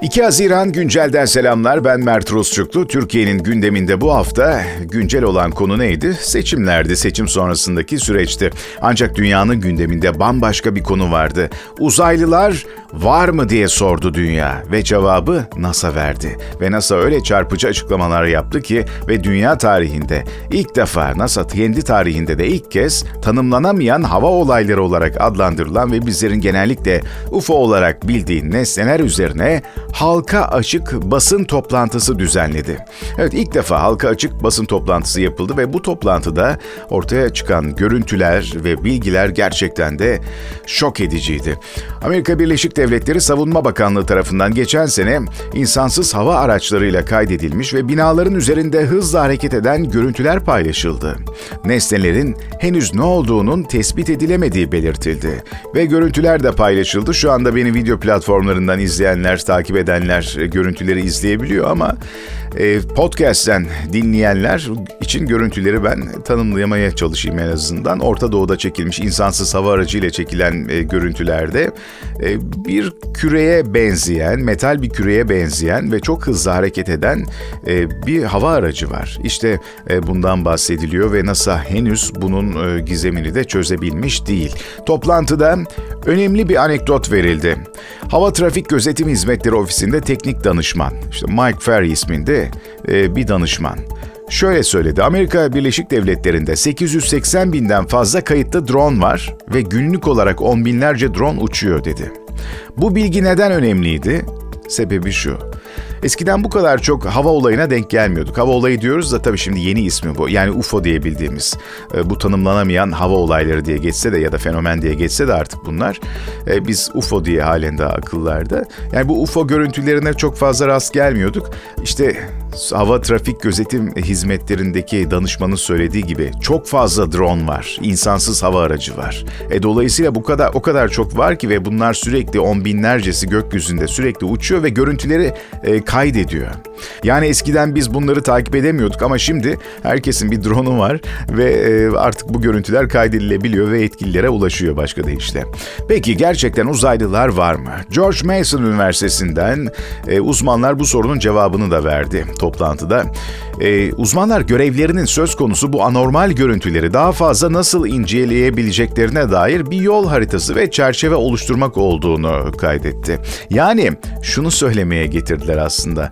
2 Haziran Güncel'den selamlar. Ben Mert Rusçuklu. Türkiye'nin gündeminde bu hafta güncel olan konu neydi? Seçimlerdi, seçim sonrasındaki süreçti. Ancak dünyanın gündeminde bambaşka bir konu vardı. Uzaylılar var mı diye sordu dünya ve cevabı NASA verdi. Ve NASA öyle çarpıcı açıklamalar yaptı ki ve dünya tarihinde ilk defa NASA kendi tarihinde de ilk kez tanımlanamayan hava olayları olarak adlandırılan ve bizlerin genellikle UFO olarak bildiği nesneler üzerine halka açık basın toplantısı düzenledi. Evet, ilk defa halka açık basın toplantısı yapıldı ve bu toplantıda ortaya çıkan görüntüler ve bilgiler gerçekten de şok ediciydi. Amerika Birleşik Devletleri Savunma Bakanlığı tarafından geçen sene insansız hava araçlarıyla kaydedilmiş ve binaların üzerinde hızla hareket eden görüntüler paylaşıldı. Nesnelerin henüz ne olduğunun tespit edilemediği belirtildi. Ve görüntüler de paylaşıldı. Şu anda beni video platformlarından izleyenler, takip edenler görüntüleri izleyebiliyor ama podcast'ten dinleyenler için görüntüleri ben tanımlamaya çalışayım en azından. Orta Doğu'da çekilmiş insansız hava aracıyla çekilen görüntülerde bir küreye benzeyen, metal bir küreye benzeyen ve çok hızlı hareket eden bir hava aracı var. İşte bundan bahsediliyor ve NASA henüz bunun gizemini de çözebilmiş değil. Toplantıda önemli bir anekdot verildi. Hava Trafik Gözetim Hizmetleri Ofisi'nde teknik danışman, işte Mike Ferry isminde bir danışman. Şöyle söyledi, Amerika Birleşik Devletleri'nde 880 binden fazla kayıtlı drone var ve günlük olarak on binlerce drone uçuyor dedi. Bu bilgi neden önemliydi? Sebebi şu. Eskiden bu kadar çok hava olayına denk gelmiyorduk. Hava olayı diyoruz da tabii şimdi yeni ismi bu. Yani UFO diye bildiğimiz, bu tanımlanamayan hava olayları diye geçse de ya da fenomen diye geçse de artık bunlar. Biz UFO diye halen daha akıllarda. Yani bu UFO görüntülerine çok fazla rast gelmiyorduk. İşte Hava Trafik Gözetim Hizmetlerindeki danışmanın söylediği gibi çok fazla drone var, insansız hava aracı var. Dolayısıyla o kadar çok var ki ve bunlar sürekli on binlercesi gökyüzünde sürekli uçuyor ve görüntüleri kaydediyor. Yani eskiden biz bunları takip edemiyorduk ama şimdi herkesin bir drone'u var ve artık bu görüntüler kaydedilebiliyor ve yetkililere ulaşıyor başka deyişle. Peki gerçekten uzaylılar var mı? George Mason Üniversitesi'nden uzmanlar bu sorunun cevabını da verdi toplantıda. Uzmanlar görevlerinin söz konusu bu anormal görüntüleri daha fazla nasıl inceleyebileceklerine dair bir yol haritası ve çerçeve oluşturmak olduğunu kaydetti. Yani şunu söylemeye getirdiler aslında.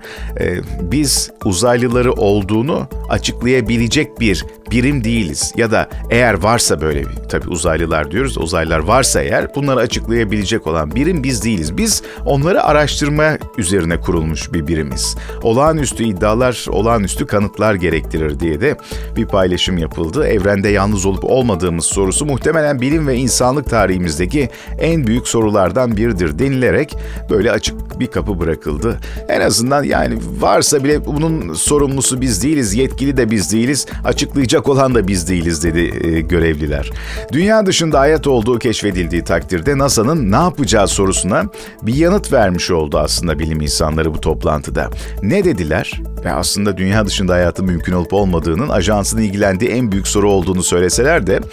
Biz uzaylıları olduğunu açıklayabilecek bir birim değiliz. Ya da eğer varsa böyle tabii uzaylılar diyoruz, uzaylılar varsa eğer bunları açıklayabilecek olan birim biz değiliz. Biz onları araştırma üzerine kurulmuş bir birimiz. Olağanüstü iddialar, olağanüstü kanıtlar gerektirir diye de bir paylaşım yapıldı. Evrende yalnız olup olmadığımız sorusu muhtemelen bilim ve insanlık tarihimizdeki en büyük sorulardan biridir denilerek böyle açık bir kapı bırakıldı. En azından yani varsa bile bunun sorumlusu biz değiliz, yetkili de biz değiliz, açıklayacak olan da biz değiliz dedi görevliler. Dünya dışında hayat olduğu keşfedildiği takdirde NASA'nın ne yapacağı sorusuna bir yanıt vermiş oldu aslında bilim insanları bu toplantıda. Ne dediler? Ve aslında dünya dışında hayatın mümkün olup olmadığının ajansın ilgilendiği en büyük soru olduğunu söyleseler de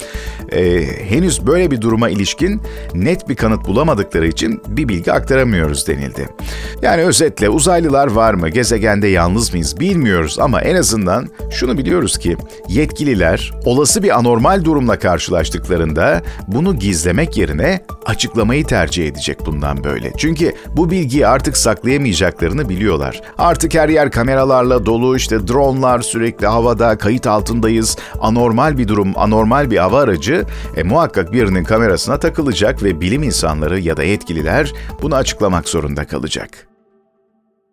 henüz böyle bir duruma ilişkin net bir kanıt bulamadıkları için bir bilgi aktaramıyoruz denildi. Yani özetle uzaylılar var mı? Gezegende yalnız mıyız? Bilmiyoruz ama en azından şunu biliyoruz ki yetkililer olası bir anormal durumla karşılaştıklarında bunu gizlemek yerine açıklamayı tercih edecek bundan böyle. Çünkü bu bilgiyi artık saklayamayacaklarını biliyorlar. Artık her yer kameralarla dolu, işte dronlar sürekli havada, kayıt altındayız. Anormal bir durum, anormal bir hava aracı muhakkak birinin kamerasına takılacak ve bilim insanları ya da yetkililer bunu açıklamak zorunda kalacak.